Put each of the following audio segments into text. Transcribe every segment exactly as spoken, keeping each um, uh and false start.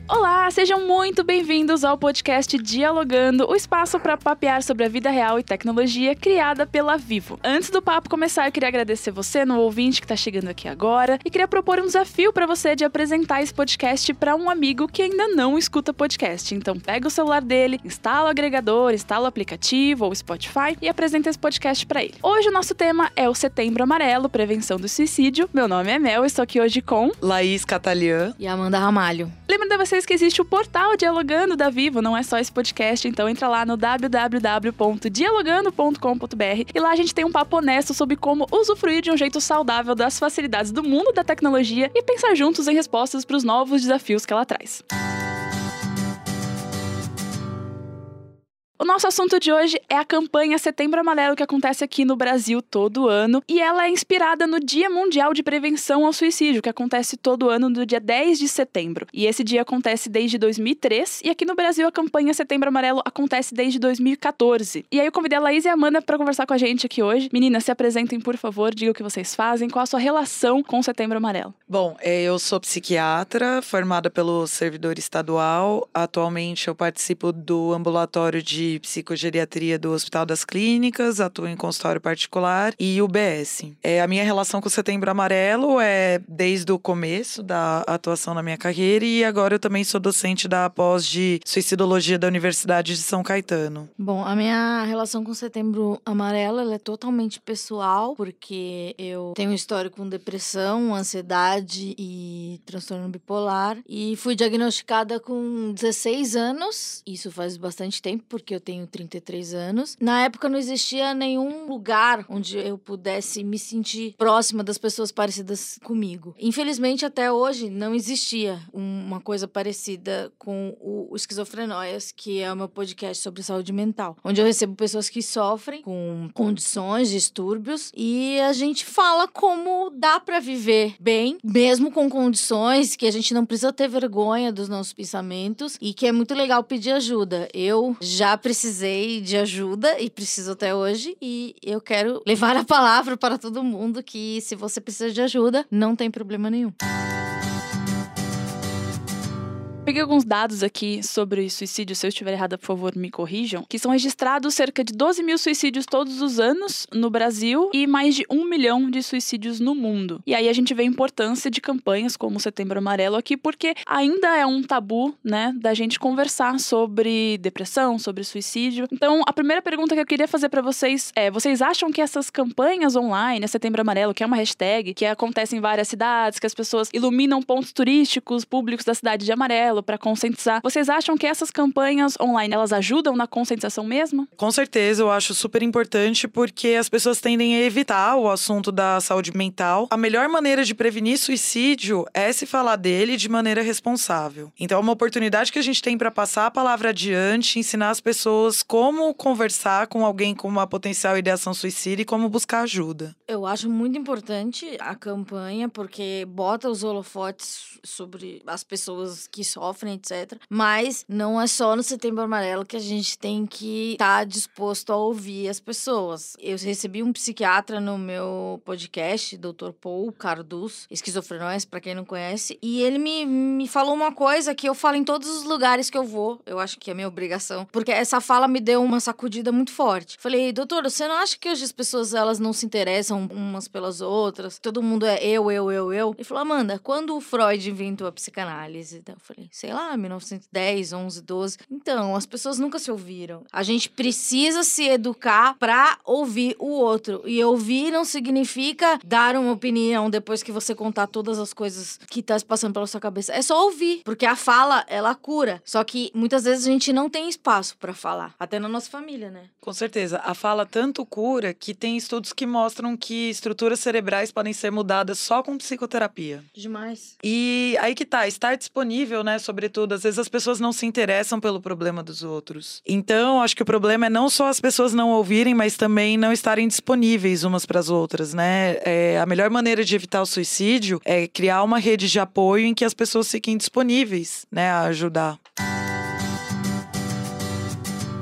Olá, sejam muito bem-vindos ao podcast Dialogando, o espaço para papear sobre a vida real e tecnologia criada pela Vivo. Antes do papo começar, eu queria agradecer você, no ouvinte que está chegando aqui agora, e queria propor um desafio para você de apresentar esse podcast para um amigo que ainda não escuta podcast. Então pega o celular dele, instala o agregador, instala o aplicativo ou Spotify e apresenta esse podcast para ele. Hoje o nosso tema é o Setembro Amarelo, prevenção do suicídio. Meu nome é Mel, estou aqui hoje com Laís Catalian e Amanda Ramalho. Lembrando a vocês que existe o portal Dialogando da Vivo, não é só esse podcast, então entra lá no w w w ponto dialogando ponto com ponto b r e lá a gente tem um papo honesto sobre como usufruir de um jeito saudável das facilidades do mundo da tecnologia e pensar juntos em respostas para os novos desafios que ela traz. O nosso assunto de hoje é a campanha Setembro Amarelo, que acontece aqui no Brasil todo ano, e ela é inspirada no Dia Mundial de Prevenção ao Suicídio, que acontece todo ano no dia dez de setembro. E esse dia acontece desde dois mil e três, e aqui no Brasil a campanha Setembro Amarelo acontece desde dois mil e quatorze. E aí eu convidei a Laís e a Amanda para conversar com a gente aqui hoje. Meninas, se apresentem, por favor, digam o que vocês fazem, qual a sua relação com o Setembro Amarelo. Bom, eu sou psiquiatra, formada pelo servidor estadual. Atualmente eu participo do ambulatório de psicogeriatria do Hospital das Clínicas, atuo em consultório particular e U B S. É, a minha relação com o Setembro Amarelo é desde o começo da atuação na minha carreira e agora eu também sou docente da pós de suicidologia da Universidade de São Caetano. Bom, a minha relação com o Setembro Amarelo ela é totalmente pessoal, porque eu tenho um histórico com depressão, ansiedade e transtorno bipolar e fui diagnosticada com dezesseis anos, isso faz bastante tempo, porque eu tenho trinta e três anos. Na época não existia nenhum lugar onde eu pudesse me sentir próxima das pessoas parecidas comigo. Infelizmente, até hoje, não existia uma coisa parecida com o Esquizofrenóias, que é o meu podcast sobre saúde mental, onde eu recebo pessoas que sofrem com condições, distúrbios, e a gente fala como dá pra viver bem, mesmo com condições, que a gente não precisa ter vergonha dos nossos pensamentos e que é muito legal pedir ajuda. Eu já precisei de ajuda e preciso até hoje, e eu quero levar a palavra para todo mundo que se você precisa de ajuda, não tem problema nenhum. Peguei alguns dados aqui sobre suicídio, se eu estiver errada, por favor, me corrijam, que são registrados cerca de doze mil suicídios todos os anos no Brasil e mais de um milhão de suicídios no mundo. E aí a gente vê a importância de campanhas como o Setembro Amarelo aqui, porque ainda é um tabu, né, da gente conversar sobre depressão, sobre suicídio. Então, a primeira pergunta que eu queria fazer pra vocês é, vocês acham que essas campanhas online, a Setembro Amarelo, que é uma hashtag, que acontece em várias cidades, que as pessoas iluminam pontos turísticos públicos da cidade de amarelo, para conscientizar. Vocês acham que essas campanhas online, elas ajudam na conscientização mesmo? Com certeza, eu acho super importante porque as pessoas tendem a evitar o assunto da saúde mental. A melhor maneira de prevenir suicídio é se falar dele de maneira responsável. Então é uma oportunidade que a gente tem para passar a palavra adiante, ensinar as pessoas como conversar com alguém com uma potencial ideação suicida e como buscar ajuda. Eu acho muito importante a campanha porque bota os holofotes sobre as pessoas que sofrem, etcétera. Mas não é só no Setembro Amarelo que a gente tem que estar tá disposto a ouvir as pessoas. Eu recebi um psiquiatra no meu podcast, doutor Paul Carduz, Esquizofrenóias, pra quem não conhece, e ele me, me falou uma coisa que eu falo em todos os lugares que eu vou, eu acho que é minha obrigação, porque essa fala me deu uma sacudida muito forte. Falei, doutor, você não acha que hoje as pessoas elas não se interessam umas pelas outras? Todo mundo é eu, eu, eu, eu? Ele falou, Amanda, quando o Freud inventou a psicanálise? Eu falei, sei lá, mil novecentos e dez, onze, doze. Então, as pessoas nunca se ouviram. A gente precisa se educar pra ouvir o outro. E ouvir não significa dar uma opinião depois que você contar todas as coisas que tá se passando pela sua cabeça. É só ouvir, porque a fala, ela cura. Só que muitas vezes a gente não tem espaço pra falar. Até na nossa família, né? Com certeza. A fala tanto cura que tem estudos que mostram que estruturas cerebrais podem ser mudadas só com psicoterapia. Demais. E aí que tá, estar disponível, né, sobretudo, às vezes as pessoas não se interessam pelo problema dos outros. Então, acho que o problema é não só as pessoas não ouvirem, mas também não estarem disponíveis umas para as outras, né? É, a melhor maneira de evitar o suicídio é criar uma rede de apoio em que as pessoas fiquem disponíveis, né, a ajudar.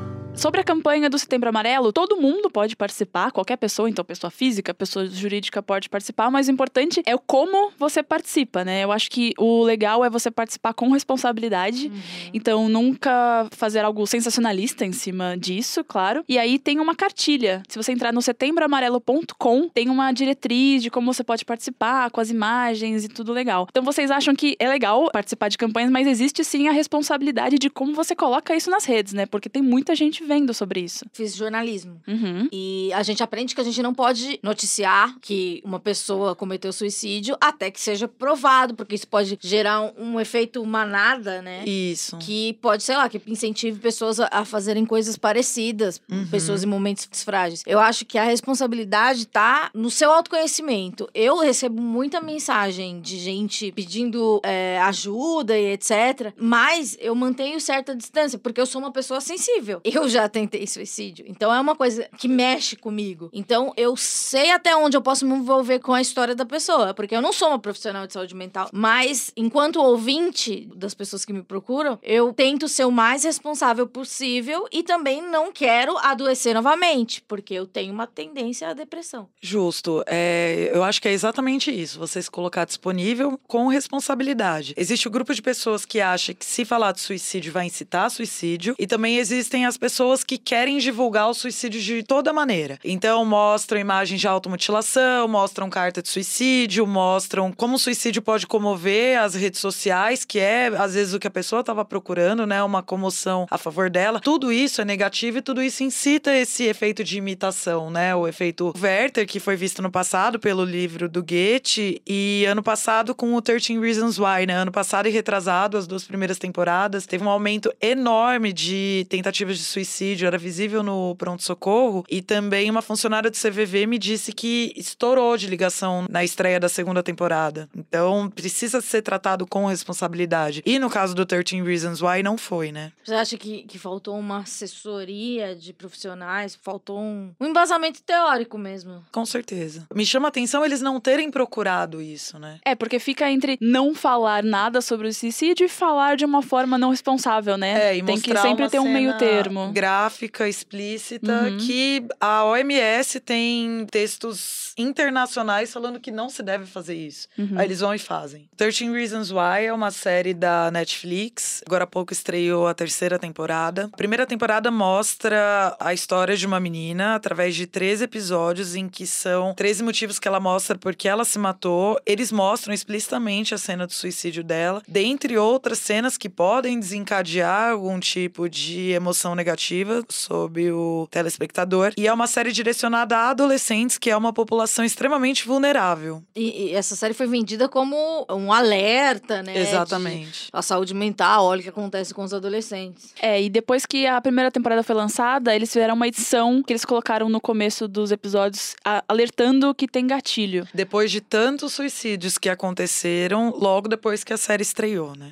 Sobre a campanha do Setembro Amarelo, todo mundo pode participar, qualquer pessoa, então pessoa física, pessoa jurídica pode participar, mas o importante é o como você participa, né? Eu acho que o legal é você participar com responsabilidade, uhum. Então nunca fazer algo sensacionalista em cima disso, claro. E aí tem uma cartilha. Se você entrar no setembro amarelo ponto com, tem uma diretriz de como você pode participar, com as imagens e tudo legal. Então vocês acham que é legal participar de campanhas, mas existe sim a responsabilidade de como você coloca isso nas redes, né? Porque tem muita gente vendo sobre isso. Fiz jornalismo. Uhum. E a gente aprende que a gente não pode noticiar que uma pessoa cometeu suicídio até que seja provado, porque isso pode gerar um, um efeito manada, né? Isso. Que pode, sei lá, que incentive pessoas a, a fazerem coisas parecidas, uhum. pessoas em momentos frágeis. Eu acho que a responsabilidade tá no seu autoconhecimento. Eu recebo muita mensagem de gente pedindo é, ajuda e etcétera, mas eu mantenho certa distância, porque eu sou uma pessoa sensível. Eu já tentei suicídio, então é uma coisa que mexe comigo. Então eu sei até onde eu posso me envolver com a história da pessoa, porque eu não sou uma profissional de saúde mental, mas enquanto ouvinte das pessoas que me procuram, eu tento ser o mais responsável possível e também não quero adoecer novamente, porque eu tenho uma tendência à depressão. Justo. É, eu acho que é exatamente isso, você se colocar disponível com responsabilidade. Existe o grupo de pessoas que acha que se falar de suicídio vai incitar suicídio, e também existem as pessoas que querem divulgar o suicídio de toda maneira. Então mostram imagens de automutilação, mostram carta de suicídio, mostram como o suicídio pode comover as redes sociais, que é às vezes o que a pessoa estava procurando, né, uma comoção a favor dela. Tudo isso é negativo e tudo isso incita esse efeito de imitação, né, o efeito Werther, que foi visto no passado pelo livro do Goethe, e ano passado com o thirteen Reasons Why, né, ano passado e retrasado, as duas primeiras temporadas, teve um aumento enorme de tentativas de suicídio, era visível no pronto-socorro, e também uma funcionária do C V V me disse que estourou de ligação na estreia da segunda temporada. Então, precisa ser tratado com responsabilidade. E no caso do thirteen Reasons Why, não foi, né? Você acha que, que faltou uma assessoria de profissionais? Faltou um, um embasamento teórico mesmo? Com certeza. Me chama a atenção eles não terem procurado isso, né? É, porque fica entre não falar nada sobre o suicídio e falar de uma forma não responsável, né? É, e tem que mostrar sempre uma ter um meio cena termo. Gráfica, explícita, Uhum. que a O M S tem textos internacionais falando que não se deve fazer isso. Uhum. Aí eles vão e fazem. thirteen Reasons Why é uma série da Netflix. Agora há pouco estreou a terceira temporada. A primeira temporada mostra a história de uma menina através de treze episódios em que são treze motivos que ela mostra porque ela se matou. Eles mostram explicitamente a cena do suicídio dela, dentre outras cenas que podem desencadear algum tipo de emoção negativa sobre o telespectador. E é uma série direcionada a adolescentes, que é uma população extremamente vulnerável. E, e essa série foi vendida como um alerta, né? Exatamente. A saúde mental, olha o que acontece com os adolescentes. É, e depois que a primeira temporada foi lançada, eles fizeram uma edição que eles colocaram no começo dos episódios, a, alertando que tem gatilho. Depois de tantos suicídios que aconteceram, logo depois que a série estreou, né?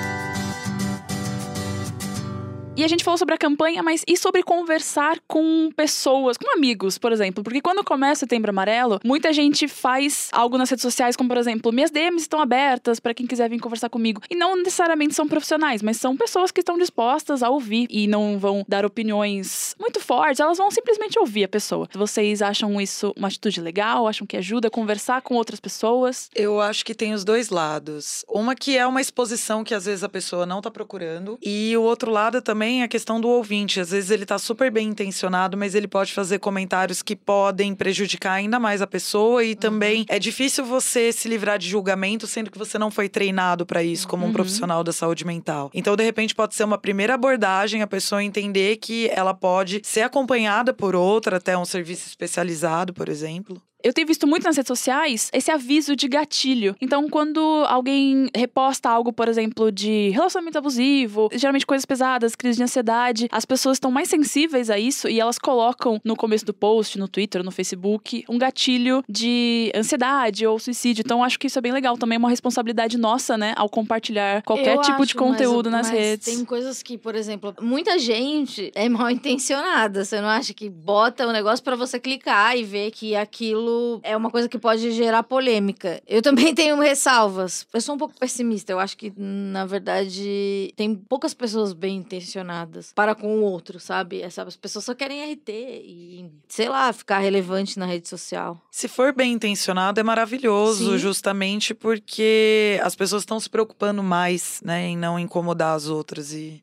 E a gente falou sobre a campanha, mas e sobre conversar com pessoas, com amigos, por exemplo? Porque quando começa o Setembro Amarelo, muita gente faz algo nas redes sociais, como por exemplo, minhas D Ms estão abertas para quem quiser vir conversar comigo. E não necessariamente são profissionais, mas são pessoas que estão dispostas a ouvir e não vão dar opiniões muito fortes, elas vão simplesmente ouvir a pessoa. Vocês acham isso uma atitude legal? Acham que ajuda a conversar com outras pessoas? Eu acho que tem os dois lados. Uma que é uma exposição que às vezes a pessoa não tá procurando, e o outro lado também a questão do ouvinte. Às vezes ele tá super bem intencionado, mas ele pode fazer comentários que podem prejudicar ainda mais a pessoa, e também uhum. é difícil você se livrar de julgamento, sendo que você não foi treinado para isso como um uhum. profissional da saúde mental. Então, de repente, pode ser uma primeira abordagem, a pessoa entender que ela pode ser acompanhada por outra, até um serviço especializado, por exemplo. Eu tenho visto muito nas redes sociais esse aviso de gatilho. Então, quando alguém reposta algo, por exemplo, de relacionamento abusivo, geralmente coisas pesadas, crise de ansiedade, as pessoas estão mais sensíveis a isso e elas colocam no começo do post, no Twitter, no Facebook, um gatilho de ansiedade ou suicídio. Então, acho que isso é bem legal. Também é uma responsabilidade nossa, né? Ao compartilhar qualquer eu tipo acho, de conteúdo mas, nas mas redes. Tem coisas que, por exemplo, muita gente é mal intencionada. Você não acha que bota o negócio pra você clicar e ver que aquilo isso é uma coisa que pode gerar polêmica. Eu também tenho ressalvas. Eu sou um pouco pessimista. Eu acho que, na verdade, tem poucas pessoas bem intencionadas para com o outro, sabe? As pessoas só querem R T e, sei lá, ficar relevante na rede social. Se for bem intencionado, é maravilhoso, Sim. justamente porque as pessoas estão se preocupando mais, né, em não incomodar as outras e...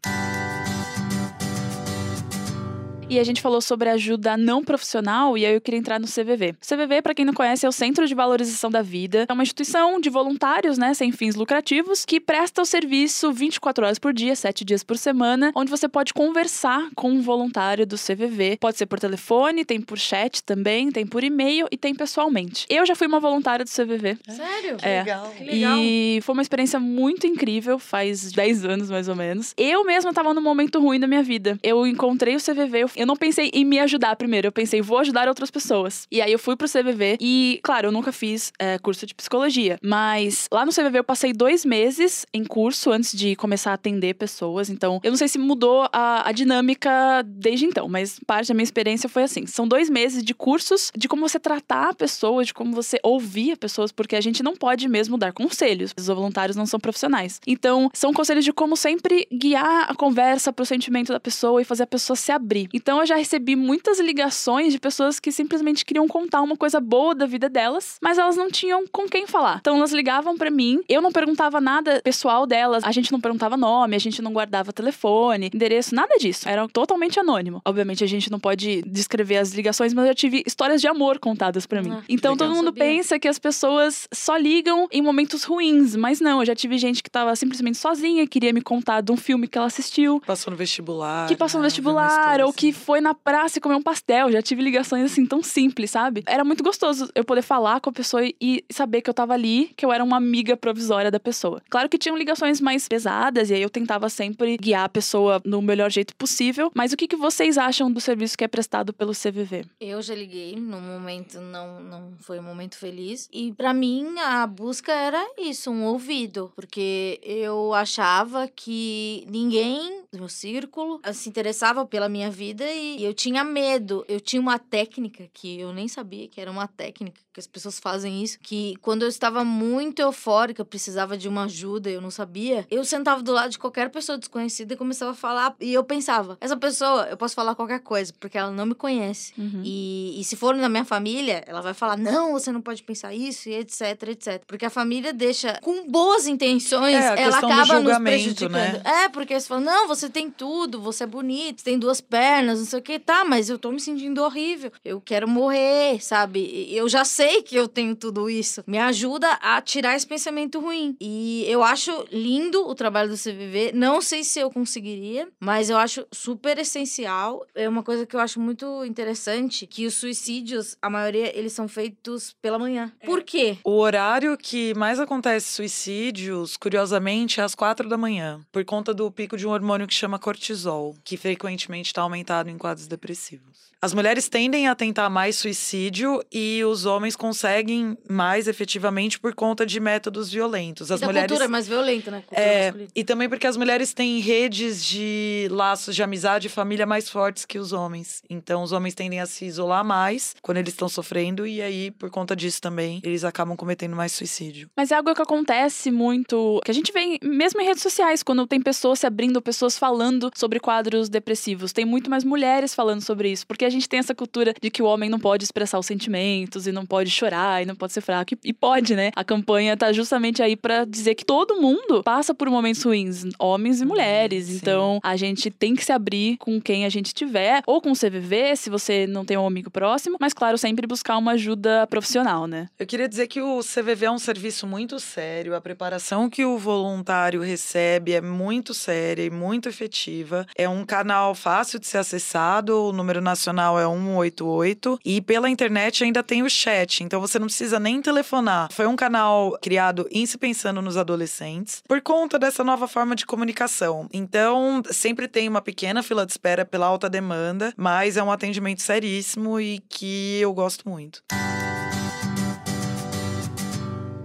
E a gente falou sobre ajuda não profissional, e aí eu queria entrar no C V V. O C V V, para quem não conhece, é o Centro de Valorização da Vida. É uma instituição de voluntários, né, sem fins lucrativos, que presta o serviço vinte e quatro horas por dia, sete dias por semana, onde você pode conversar com um voluntário do C V V. Pode ser por telefone, tem por chat também, tem por e-mail e tem pessoalmente. Eu já fui uma voluntária do C V V. Sério? Que É. legal. Que legal. E foi uma experiência muito incrível, faz dez anos mais ou menos. Eu mesma tava num momento ruim da minha vida. Eu encontrei o C V V, eu Eu não pensei em me ajudar primeiro, eu pensei, vou ajudar outras pessoas. E aí eu fui pro C V V e, claro, eu nunca fiz é, curso de psicologia, mas lá no C V V eu passei dois meses em curso antes de começar a atender pessoas, então eu não sei se mudou a, a dinâmica desde então, mas parte da minha experiência foi assim, são dois meses de cursos de como você tratar a pessoa, de como você ouvir as pessoas, porque a gente não pode mesmo dar conselhos, os voluntários não são profissionais. Então, são conselhos de como sempre guiar a conversa pro sentimento da pessoa e fazer a pessoa se abrir. Então, eu já recebi muitas ligações de pessoas que simplesmente queriam contar uma coisa boa da vida delas, mas elas não tinham com quem falar. Então elas ligavam pra mim, eu não perguntava nada pessoal delas, a gente não perguntava nome, a gente não guardava telefone, endereço, nada disso. Era totalmente anônimo. Obviamente a gente não pode descrever as ligações, mas eu tive histórias de amor contadas pra mim. Ah, então legal. todo mundo Sabia. pensa que as pessoas só ligam em momentos ruins, mas não, eu já tive gente que tava simplesmente sozinha, queria me contar de um filme que ela assistiu, Passou no vestibular. que passou no né? vestibular, Ouviu uma história ou que assim. foi na praça e comeu um pastel. Já tive ligações assim tão simples, sabe? Era muito gostoso eu poder falar com a pessoa e saber que eu tava ali, que eu era uma amiga provisória da pessoa. Claro que tinham ligações mais pesadas e aí eu tentava sempre guiar a pessoa no melhor jeito possível. Mas o que, que vocês acham do serviço que é prestado pelo C V V? Eu já liguei, num momento não, não foi um momento feliz. E pra mim, a busca era isso, um ouvido. Porque eu achava que ninguém do meu círculo se interessava pela minha vida e eu tinha medo. Eu tinha uma técnica que eu nem sabia que era uma técnica, que as pessoas fazem isso, que quando eu estava muito eufórica, precisava de uma ajuda, eu não sabia, eu sentava do lado de qualquer pessoa desconhecida e começava a falar, e eu pensava, essa pessoa, eu posso falar qualquer coisa, porque ela não me conhece. Uhum. E, e se for na minha família, ela vai falar, não, você não pode pensar isso, e etc, etcétera. Porque a família deixa, com boas intenções, É, a ela questão do acaba nos julgamento, prejudicando. né? É, porque você fala, não, você tem tudo, você é bonito, você tem duas pernas, não sei o que, tá, mas eu tô me sentindo horrível, eu quero morrer, sabe? Eu já sei que eu tenho tudo isso. Me ajuda a tirar esse pensamento ruim. E eu acho lindo o trabalho do C V V, não sei se eu conseguiria, mas eu acho super essencial. É uma coisa que eu acho muito interessante, que os suicídios, a maioria, eles são feitos pela manhã. Por quê? O horário que mais acontece suicídios, curiosamente, é às quatro da manhã, por conta do pico de um hormônio que chama cortisol, que frequentemente está aumentado em quadros depressivos. As mulheres tendem a tentar mais suicídio e os homens conseguem mais efetivamente por conta de métodos violentos. As da mulheres cultura é mais violenta, né? Cultura É, masculina. e também porque as mulheres têm redes de laços de amizade e família mais fortes que os homens. Então, os homens tendem a se isolar mais quando eles estão sofrendo e aí, por conta disso também, eles acabam cometendo mais suicídio. Mas é algo que acontece muito, que a gente vê mesmo em redes sociais, quando tem pessoas se abrindo, pessoas falando sobre quadros depressivos. Tem muito mais mulheres falando sobre isso, porque a gente tem essa cultura de que o homem não pode expressar os sentimentos e não pode chorar e não pode ser fraco. E pode, né? A campanha tá justamente aí pra dizer que todo mundo passa por momentos ruins, homens e mulheres. Sim. Então, a gente tem que se abrir com quem a gente tiver, ou com o C V V, se você não tem um amigo próximo, mas claro, sempre buscar uma ajuda profissional, né? Eu queria dizer que o C V V é um serviço muito sério, a preparação que o voluntário recebe é muito séria e muito efetiva. É um canal fácil de ser acessado, o número nacional é um oito oito e pela internet ainda tem o chat, então você não precisa nem telefonar. Foi um canal criado em se pensando nos adolescentes por conta dessa nova forma de comunicação. Então, sempre tem uma pequena fila de espera pela alta demanda, mas é um atendimento seríssimo e que eu gosto muito.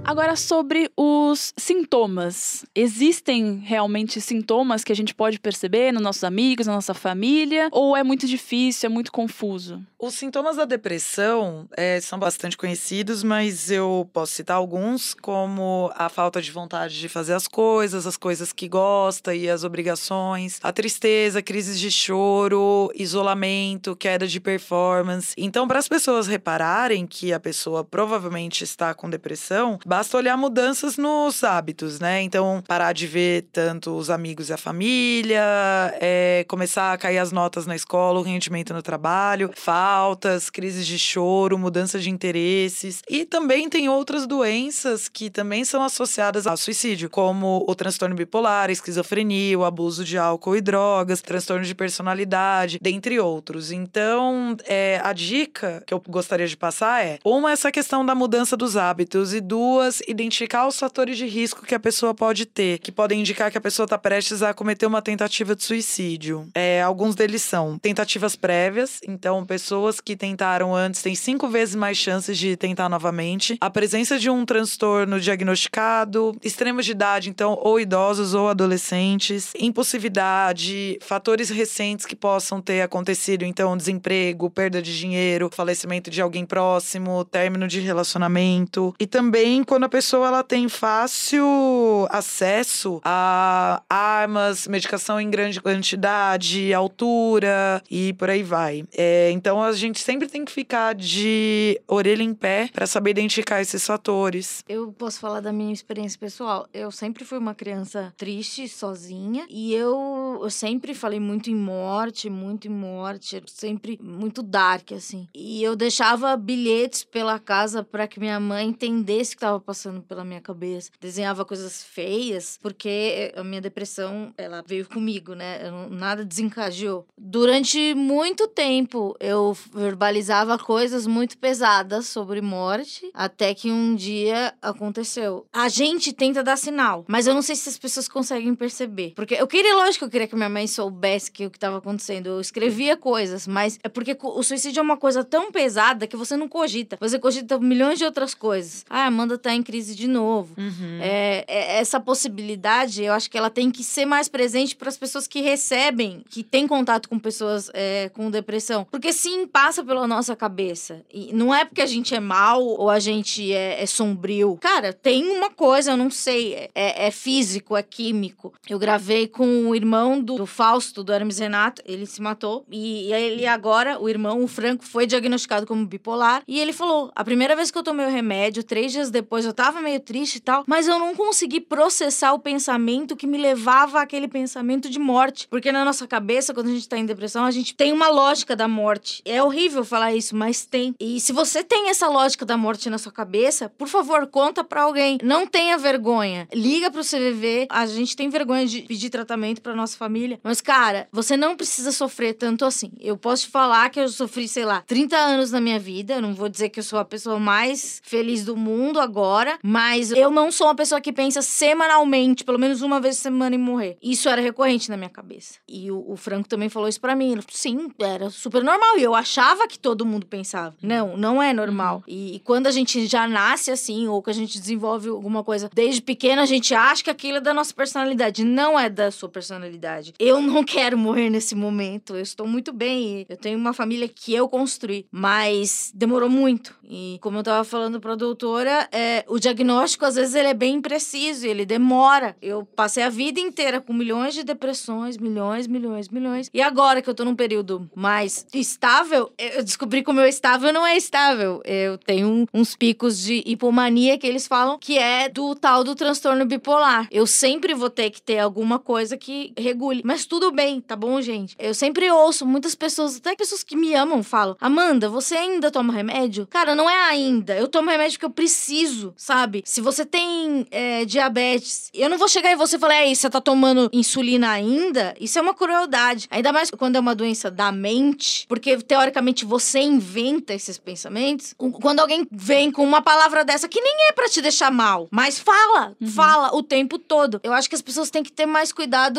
Agora, sobre os sintomas. Existem realmente sintomas que a gente pode perceber nos nossos amigos, na nossa família? Ou é muito difícil, é muito confuso? Os sintomas da depressão é, são bastante conhecidos, mas eu posso citar alguns, como a falta de vontade de fazer as coisas, as coisas que gosta e as obrigações, a tristeza, crises de choro, isolamento, queda de performance. Então, para as pessoas repararem que a pessoa provavelmente está com depressão, basta olhar mudanças nos hábitos, né? Então, parar de ver tanto os amigos e a família, é, começar a cair as notas na escola, o rendimento no trabalho, faltas, crises de choro, mudança de interesses. E também tem outras doenças que também são associadas ao suicídio, como o transtorno bipolar, a esquizofrenia, o abuso de álcool e drogas, transtorno de personalidade, dentre outros. Então, é, a dica que eu gostaria de passar é, uma, essa questão da mudança dos hábitos, e duas, identificar os fatores de risco que a pessoa pode ter, que podem indicar que a pessoa está prestes a cometer uma tentativa de suicídio. É, alguns deles são tentativas prévias, então pessoas que tentaram antes têm cinco vezes mais chances de tentar novamente. A presença de um transtorno diagnosticado, extremos de idade, então, ou idosos ou adolescentes, impulsividade, fatores recentes que possam ter acontecido, então, desemprego, perda de dinheiro, falecimento de alguém próximo, término de relacionamento. E também quando a pessoa ela tem fácil acesso a armas, medicação em grande quantidade, altura e por aí vai. É, então a gente sempre tem que ficar de orelha em pé para saber identificar esses fatores. Eu posso falar da minha experiência pessoal. Eu sempre fui uma criança triste, sozinha, e eu, eu sempre falei muito em morte, muito em morte, sempre muito dark, assim. E eu deixava bilhetes pela casa para que minha mãe entendesse o que estava passando pela minha cabeça. Desenhava coisas feias, porque a minha depressão, ela veio comigo, né? Eu não, nada desencadeou. Durante muito tempo, eu verbalizava coisas muito pesadas sobre morte, até que um dia aconteceu. A gente tenta dar sinal, mas eu não sei se as pessoas conseguem perceber. Porque eu queria, lógico, eu queria que minha mãe soubesse que o que estava acontecendo. Eu escrevia coisas, mas é porque o suicídio é uma coisa tão pesada que você não cogita. Você cogita milhões de outras coisas. Ah, a Amanda tá em crise de novo. Uhum. É, é, essa possibilidade, eu acho que ela tem que ser mais presente para as pessoas que recebem, que têm contato com pessoas é, com depressão. Porque sim, passa pela nossa cabeça. E não é porque a gente é mal ou a gente é, é sombrio. Cara, tem uma coisa, eu não sei, é, é físico, é químico. Eu gravei com o irmão do, do Fausto, do Hermes Renato, ele se matou. E, e ele agora, o irmão, o Franco, foi diagnosticado como bipolar. E ele falou, a primeira vez que eu tomei o remédio, três dias depois, eu tava meio triste e tal, mas eu não consegui processar o pensamento que me levava àquele pensamento de morte. Porque na nossa cabeça, quando a gente tá em depressão, a gente tem uma lógica da morte. É horrível falar isso, mas tem. E se você tem essa lógica da morte na sua cabeça, por favor, conta pra alguém. Não tenha vergonha. Liga pro C V V. A gente tem vergonha de pedir tratamento pra nossa família. Mas, cara, você não precisa sofrer tanto assim. Eu posso te falar que eu sofri, sei lá, trinta anos na minha vida. Eu não vou dizer que eu sou a pessoa mais feliz do mundo agora, mas eu não sou uma pessoa que pensa semanalmente, pelo menos uma vez por semana, em morrer. Isso era recorrente na minha cabeça. E o, o Franco também falou isso pra mim. Ele falou, sim, era super normal. E eu achava que todo mundo pensava. Não, não é normal. E, e quando a gente já nasce assim, ou que a gente desenvolve alguma coisa desde pequena, a gente acha que aquilo é da nossa personalidade. Não é da sua personalidade. Eu não quero morrer nesse momento. Eu estou muito bem. Eu tenho uma família que eu construí. Mas demorou muito. E como eu tava falando pra doutora, é, o diagnóstico, às vezes, ele é bem impreciso. Ele demora. Eu passei a vida inteira com milhões de depressões. Milhões, milhões, milhões. E agora que eu tô num período mais estável, eu descobri que o meu estável não é estável. Eu tenho uns picos de hipomania que eles falam que é do tal do transtorno bipolar. Eu sempre vou ter que ter alguma coisa que regule. Mas tudo bem, tá bom, gente? Eu sempre ouço muitas pessoas, até pessoas que me amam, falam: Amanda, você ainda toma remédio? Cara, não é ainda. Eu tomo remédio porque eu preciso, sabe? Se você tem é, diabetes, eu não vou chegar em você e falar: é isso, você tá tomando insulina ainda? Isso é uma crueldade. Ainda mais quando é uma doença da mente, porque teoricamente você inventa esses pensamentos. Quando alguém vem com uma palavra dessa que nem é pra te deixar mal, mas fala, uhum. fala o tempo todo. Eu acho que as pessoas têm que ter mais cuidado com as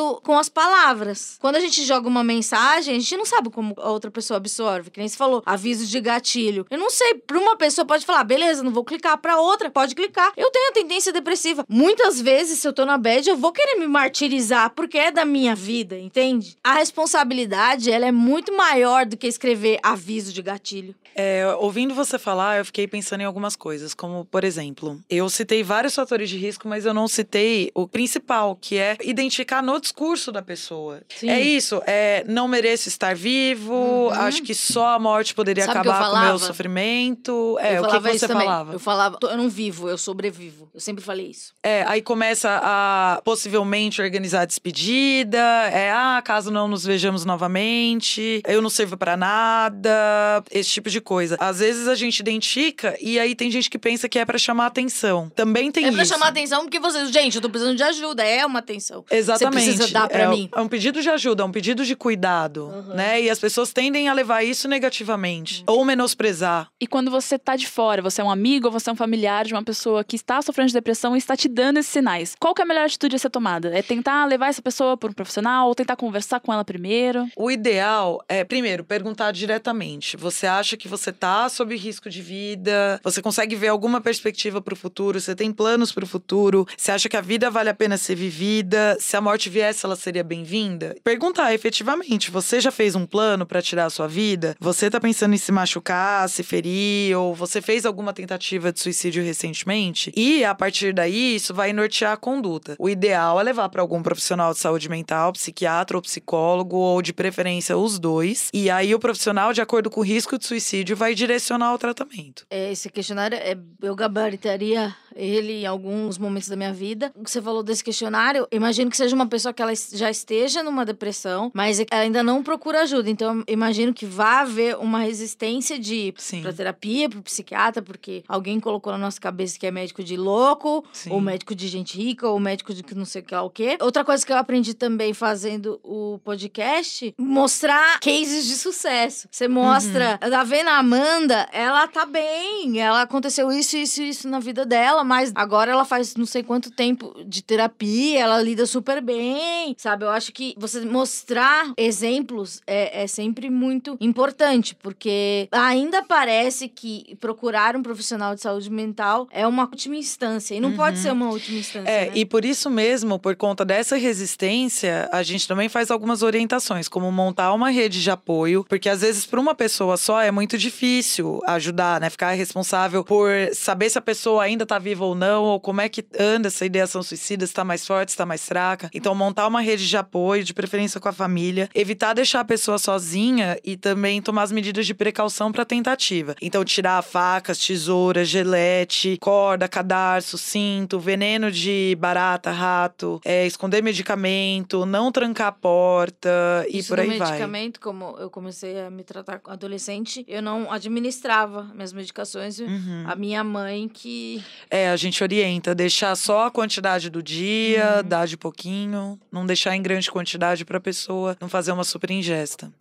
as palavras. Quando a gente joga uma mensagem, a gente não sabe como a outra pessoa absorve. Que nem você falou, aviso de gatilho. Eu não sei, pra uma pessoa pode falar, beleza, não vou clicar, pra outra pode clicar. Eu tenho a tendência depressiva. Muitas vezes, se eu tô na bad, eu vou querer me martirizar, porque é da minha vida, entende? A responsabilidade, ela é muito maior do que escrever aviso de gatilho. É, ouvindo você falar, eu fiquei pensando em algumas coisas, como, por exemplo, eu citei vários fatores de risco, mas eu não citei o principal, que é identificar no discurso da pessoa. Sim. É isso, é não mereço estar vivo, Uhum. acho que só a morte poderia Sabe o que eu acabar com o meu falava? sofrimento. É, eu o que, falava que isso você também. falava? Eu falava, eu não vivo, eu sobrevivo. Eu sempre falei isso. É, aí começa a possivelmente organizar a despedida, é, ah, caso não nos vejamos novamente, eu não sirvo pra nada, esse tipo de coisa. Às vezes a gente identifica e aí tem gente que pensa que é pra chamar atenção. Também tem é isso. pra chamar atenção porque você, gente, eu tô precisando de ajuda, é uma atenção. Exatamente. Você precisa dar pra é, mim. É um pedido de ajuda, é um pedido de cuidado, Uhum. né? E as pessoas tendem a levar isso negativamente, Uhum. ou menosprezar. E quando você tá de fora, você é um amigo ou você é um familiar de uma pessoa que está sofrendo de depressão e está te dando esses sinais, qual que é a melhor atitude a ser tomada? É tentar levar essa pessoa para um profissional ou tentar conversar com ela primeiro? O ideal é, primeiro, perguntar diretamente. Você acha que você tá sob risco de vida? Você consegue ver alguma perspectiva pro futuro? Você tem planos pro futuro? Você acha que a vida vale a pena ser vivida? Se a morte viesse, ela seria bem-vinda? Perguntar efetivamente. Você já fez um plano pra tirar a sua vida? Você tá pensando em se machucar, se ferir? Ou você fez alguma tentativa de suicídio recentemente? E, a partir daí, isso vai nortear a conduta. O ideal é levar pra algum profissional de saúde mental, psiquiatra ou psicólogo, ou de preferência os dois. E aí, o profissional, de acordo com o risco de suicídio, vai direcionar o tratamento. É, esse questionário, é, eu gabaritaria ele em alguns momentos da minha vida. O que você falou desse questionário, eu imagino que seja uma pessoa que ela já esteja numa depressão, mas ela ainda não procura ajuda. Então, eu imagino que vai haver uma resistência de ir Sim. pra terapia, pro psiquiatra, porque alguém colocou na nossa cabeça que é médico de louco, Sim. ou médico de gente rica, ou médico de que não sei o que lá o quê. Outra coisa que eu aprendi também fazendo o podcast, mostrar cases de sucesso. Você mostra, Uhum. tá vendo a Amanda, ela tá bem, ela aconteceu isso, isso, isso na vida dela, mas agora ela faz não sei quanto tempo de terapia, ela lida super bem, sabe? Eu acho que você mostrar exemplos é, é sempre muito importante, porque ainda parece que procurar um profissional de saúde mental é uma última instância, e não Uhum. pode ser uma última instância, É, né? e por isso mesmo, por conta dessa resistência, a gente também faz algumas orientações, como montar uma rede de apoio, porque às vezes para uma pessoa só é muito difícil ajudar, né? Ficar responsável por saber se a pessoa ainda tá viva ou não, ou como é que anda essa ideação suicida, se tá mais forte, se tá mais fraca. Então, montar uma rede de apoio, de preferência com a família, evitar deixar a pessoa sozinha e também tomar as medidas de precaução para tentativa. Então, tirar facas, tesouras, gelete, corda, cadarço, cinto, veneno de barata, rato, é, esconder medicamento, não trancar a porta e Isso por do aí vai. medicamento, como eu comecei a me tratar com adolescente, eu não administrava minhas medicações. Uhum. A minha mãe que... É, a gente orienta, deixar só a quantidade do dia, Uhum. dar de pouquinho, não deixar em grande quantidade pra pessoa não fazer uma super ingesta.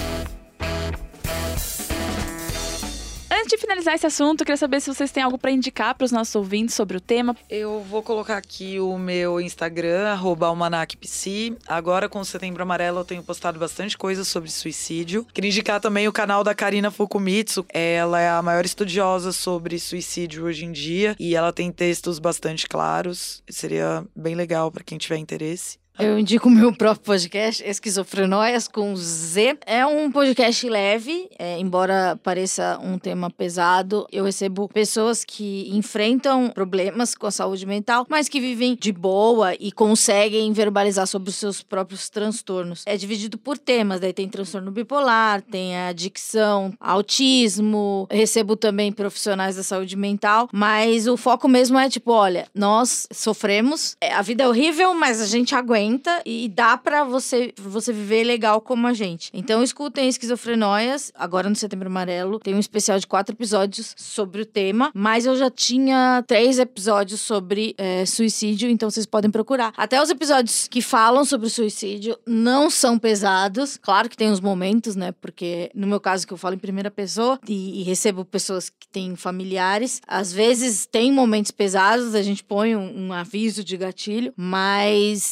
Antes de finalizar esse assunto, eu queria saber se vocês têm algo pra indicar pros nossos ouvintes sobre o tema. Eu vou colocar aqui o meu Instagram, arroba almanacpsi. Agora, com o Setembro Amarelo, eu tenho postado bastante coisa sobre suicídio. Queria indicar também o canal da Karina Fukumitsu. Ela é a maior estudiosa sobre suicídio hoje em dia. E ela tem textos bastante claros. Seria bem legal pra quem tiver interesse. Eu indico o meu próprio podcast, Esquizofrenóias com Z. É um podcast leve, é, embora pareça um tema pesado. Eu recebo pessoas que enfrentam problemas com a saúde mental, mas que vivem de boa e conseguem verbalizar sobre os seus próprios transtornos. É dividido por temas, daí tem transtorno bipolar, tem adicção, autismo. Eu recebo também profissionais da saúde mental, mas o foco mesmo é tipo, olha, nós sofremos, é, a vida é horrível, mas a gente aguenta. E dá pra você, você viver legal como a gente. Então escutem Esquizofrenóias. Agora no Setembro Amarelo tem um especial de quatro episódios sobre o tema. Mas eu já tinha três episódios sobre é, suicídio. Então vocês podem procurar. Até os episódios que falam sobre suicídio não são pesados. Claro que tem os momentos, né? Porque no meu caso que eu falo em primeira pessoa e, e recebo pessoas que têm familiares, às vezes tem momentos pesados. A gente põe um, um aviso de gatilho. Mas o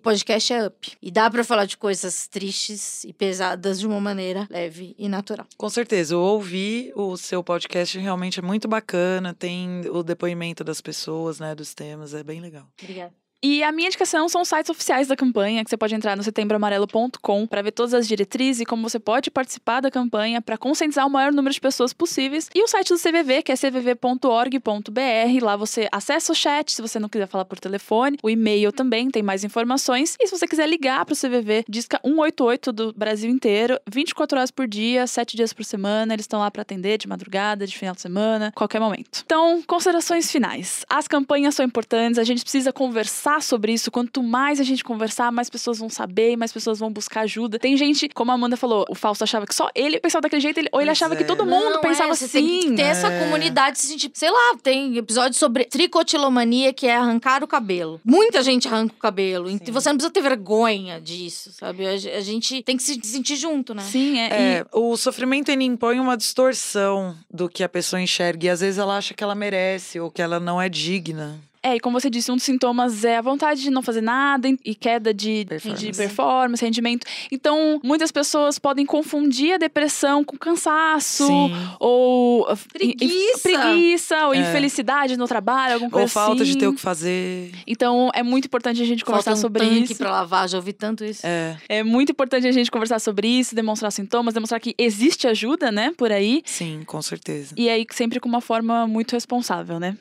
podcast é up. E dá pra falar de coisas tristes e pesadas de uma maneira leve e natural. Com certeza, eu ouvi o seu podcast, realmente é muito bacana, tem o depoimento das pessoas, né, dos temas, é bem legal. Obrigada. E a minha indicação são os sites oficiais da campanha, que você pode entrar no setembro amarelo ponto com para ver todas as diretrizes e como você pode participar da campanha para conscientizar o maior número de pessoas possíveis. E o site do C V V, que é c v v ponto org ponto b r, lá você acessa o chat, se você não quiser falar por telefone, o e-mail também tem mais informações. E se você quiser ligar para o C V V, disca um oito oito do Brasil inteiro, vinte e quatro horas por dia, sete dias por semana, eles estão lá para atender de madrugada, de final de semana, qualquer momento. Então, considerações finais. As campanhas são importantes, a gente precisa conversar sobre isso. Quanto mais a gente conversar, mais pessoas vão saber, mais pessoas vão buscar ajuda. Tem gente, como a Amanda falou, o Fausto achava que só ele pensava daquele jeito, ele, ou ele Pois achava é. que todo mundo Não, pensava é, você assim. tem que ter essa É. comunidade, se sentir, sei lá, tem episódios sobre tricotilomania, que é arrancar o cabelo. Muita gente arranca o cabelo, Sim. e você não precisa ter vergonha disso, sabe? A, a gente tem que se sentir junto, né? Sim, é. É, o sofrimento ele impõe uma distorção do que a pessoa enxerga e às vezes ela acha que ela merece ou que ela não é digna. É, e como você disse, um dos sintomas é a vontade de não fazer nada e queda de Performance. de performance, rendimento. Então, muitas pessoas podem confundir a depressão com cansaço, Sim. ou Preguiça. preguiça ou É. infelicidade no trabalho, alguma coisa Ou falta assim. de ter o que fazer. Então, é muito importante a gente conversar Falta um sobre tanque isso. pra lavar, já ouvi tanto isso. É, É muito importante a gente conversar sobre isso, demonstrar sintomas, demonstrar que existe ajuda, né, por aí. sim, com certeza. E aí, sempre com uma forma muito responsável, né?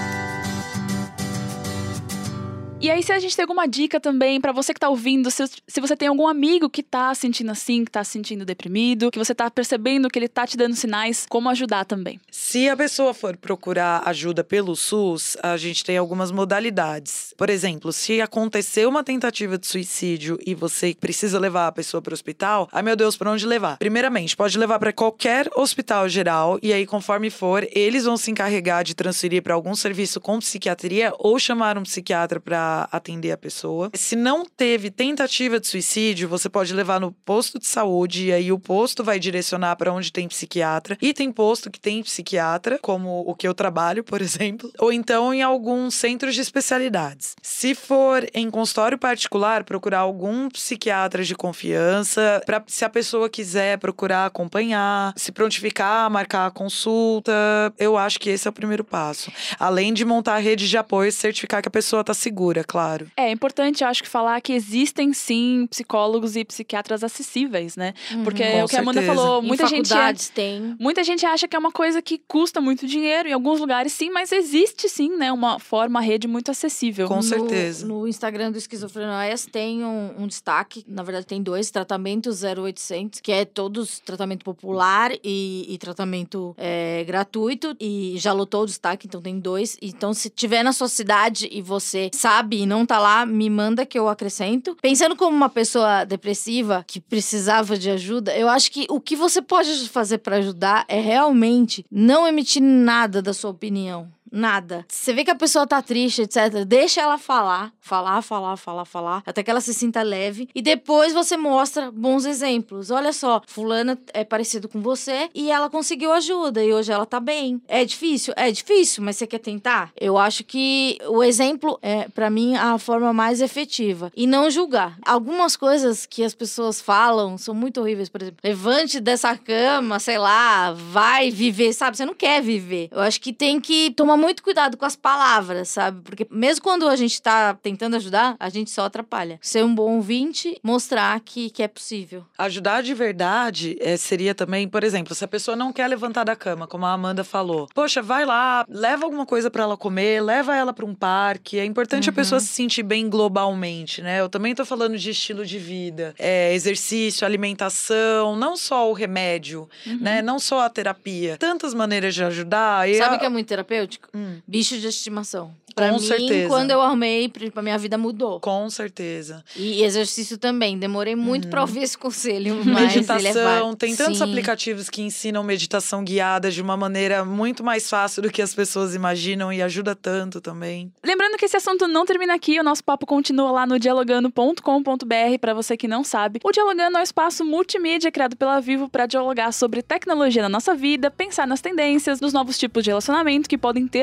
E aí, se a gente tem alguma dica também pra você que tá ouvindo, se, se você tem algum amigo que tá sentindo assim, que tá se sentindo deprimido, que você tá percebendo que ele tá te dando sinais, como ajudar também. Se a pessoa for procurar ajuda pelo SUS, a gente tem algumas modalidades. Por exemplo, se acontecer uma tentativa de suicídio e você precisa levar a pessoa para o hospital, ai meu Deus, para onde levar? Primeiramente, pode levar para qualquer hospital geral e aí, conforme for, eles vão se encarregar de transferir para algum serviço com psiquiatria ou chamar um psiquiatra para atender a pessoa. Se não teve tentativa de suicídio, você pode levar no posto de saúde e aí o posto vai direcionar para onde tem psiquiatra. E tem posto que tem psiquiatra, como o que eu trabalho, por exemplo, ou então em alguns centros de especialidades. Se for em consultório particular, procurar algum psiquiatra de confiança, pra, se a pessoa quiser procurar acompanhar, se prontificar, marcar a consulta, eu acho que esse é o primeiro passo. Além de montar a rede de apoio e certificar que a pessoa está segura, claro. É importante, eu acho que falar que existem sim psicólogos e psiquiatras acessíveis, né? Porque Com é o que a Amanda certeza. falou, Em muita gente, faculdades tem. muita gente acha que é uma coisa que custa muito dinheiro, em alguns lugares sim, mas existe sim, né? Uma forma, uma rede muito acessível. Com No- certeza. No Instagram do Esquizofrenóias tem um, um destaque, na verdade tem dois, tratamento zero oitocentos, que é todos tratamento popular e, e tratamento é, gratuito, e já lotou o destaque, então tem dois. Então se tiver na sua cidade e você sabe e não tá lá, me manda que eu acrescento. Pensando como uma pessoa depressiva que precisava de ajuda, eu acho que o que você pode fazer pra ajudar é realmente não emitir nada da sua opinião. Nada. Você vê que a pessoa tá triste, etcétera. Deixa ela falar, falar, falar, falar, falar, até que ela se sinta leve. E depois você mostra bons exemplos. Olha só, fulana é parecido com você e ela conseguiu ajuda e hoje ela tá bem. É difícil? É difícil, mas você quer tentar? Eu acho que o exemplo é, pra mim, a forma mais efetiva. E não julgar. Algumas coisas que as pessoas falam são muito horríveis. Por exemplo, levante dessa cama, sei lá, vai viver, sabe? Você não quer viver. Eu acho que tem que tomar muito cuidado com as palavras, sabe? Porque mesmo quando a gente tá tentando ajudar, a gente só atrapalha. Ser um bom ouvinte, mostrar que, que é possível. Ajudar de verdade é, seria também, por exemplo, se a pessoa não quer levantar da cama, como a Amanda falou. Poxa, vai lá, leva alguma coisa pra ela comer, leva ela pra um parque. É importante Uhum. a pessoa se sentir bem globalmente, né? Eu também tô falando de estilo de vida, é, exercício, alimentação, não só o remédio, Uhum. né? Não só a terapia. Tantas maneiras de ajudar. E Sabe o a... que é muito terapêutico? Hum. Bicho de estimação. Pra Com mim, certeza. quando eu arrumei, a minha vida mudou. Com certeza. E exercício também. Demorei muito Uhum. pra ouvir esse conselho, mas ele é Meditação, válido. tem tantos Sim. aplicativos que ensinam meditação guiada de uma maneira muito mais fácil do que as pessoas imaginam e ajuda tanto também. Lembrando que esse assunto não termina aqui, o nosso papo continua lá no dialogando ponto com ponto b r, para você que não sabe. O Dialogando é um espaço multimídia criado pela Vivo para dialogar sobre tecnologia na nossa vida, pensar nas tendências, nos novos tipos de relacionamento que podem ter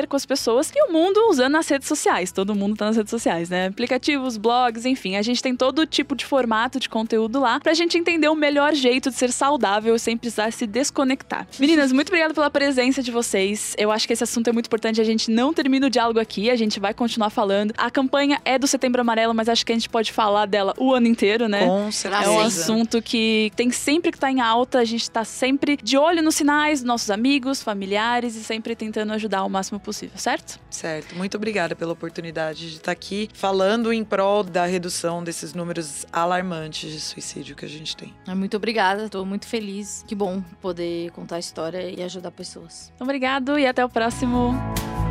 aprender com as pessoas e o mundo usando as redes sociais. Todo mundo tá nas redes sociais, né? Aplicativos, blogs, enfim. A gente tem todo tipo de formato de conteúdo lá pra gente entender o melhor jeito de ser saudável sem precisar se desconectar. Meninas, muito obrigada pela presença de vocês. Eu acho que esse assunto é muito importante. A gente não termina o diálogo aqui, a gente vai continuar falando. A campanha é do Setembro Amarelo, mas acho que a gente pode falar dela o ano inteiro, né? Com certeza. É um assunto que tem sempre que estar em alta. A gente tá sempre de olho nos sinais dos nossos amigos, familiares e sempre tentando ajudar o máximo possível, certo? Certo. Muito obrigada pela oportunidade de estar aqui falando em prol da redução desses números alarmantes de suicídio que a gente tem. Muito obrigada, tô muito feliz. Que bom poder contar a história e ajudar pessoas. Obrigado e até o próximo.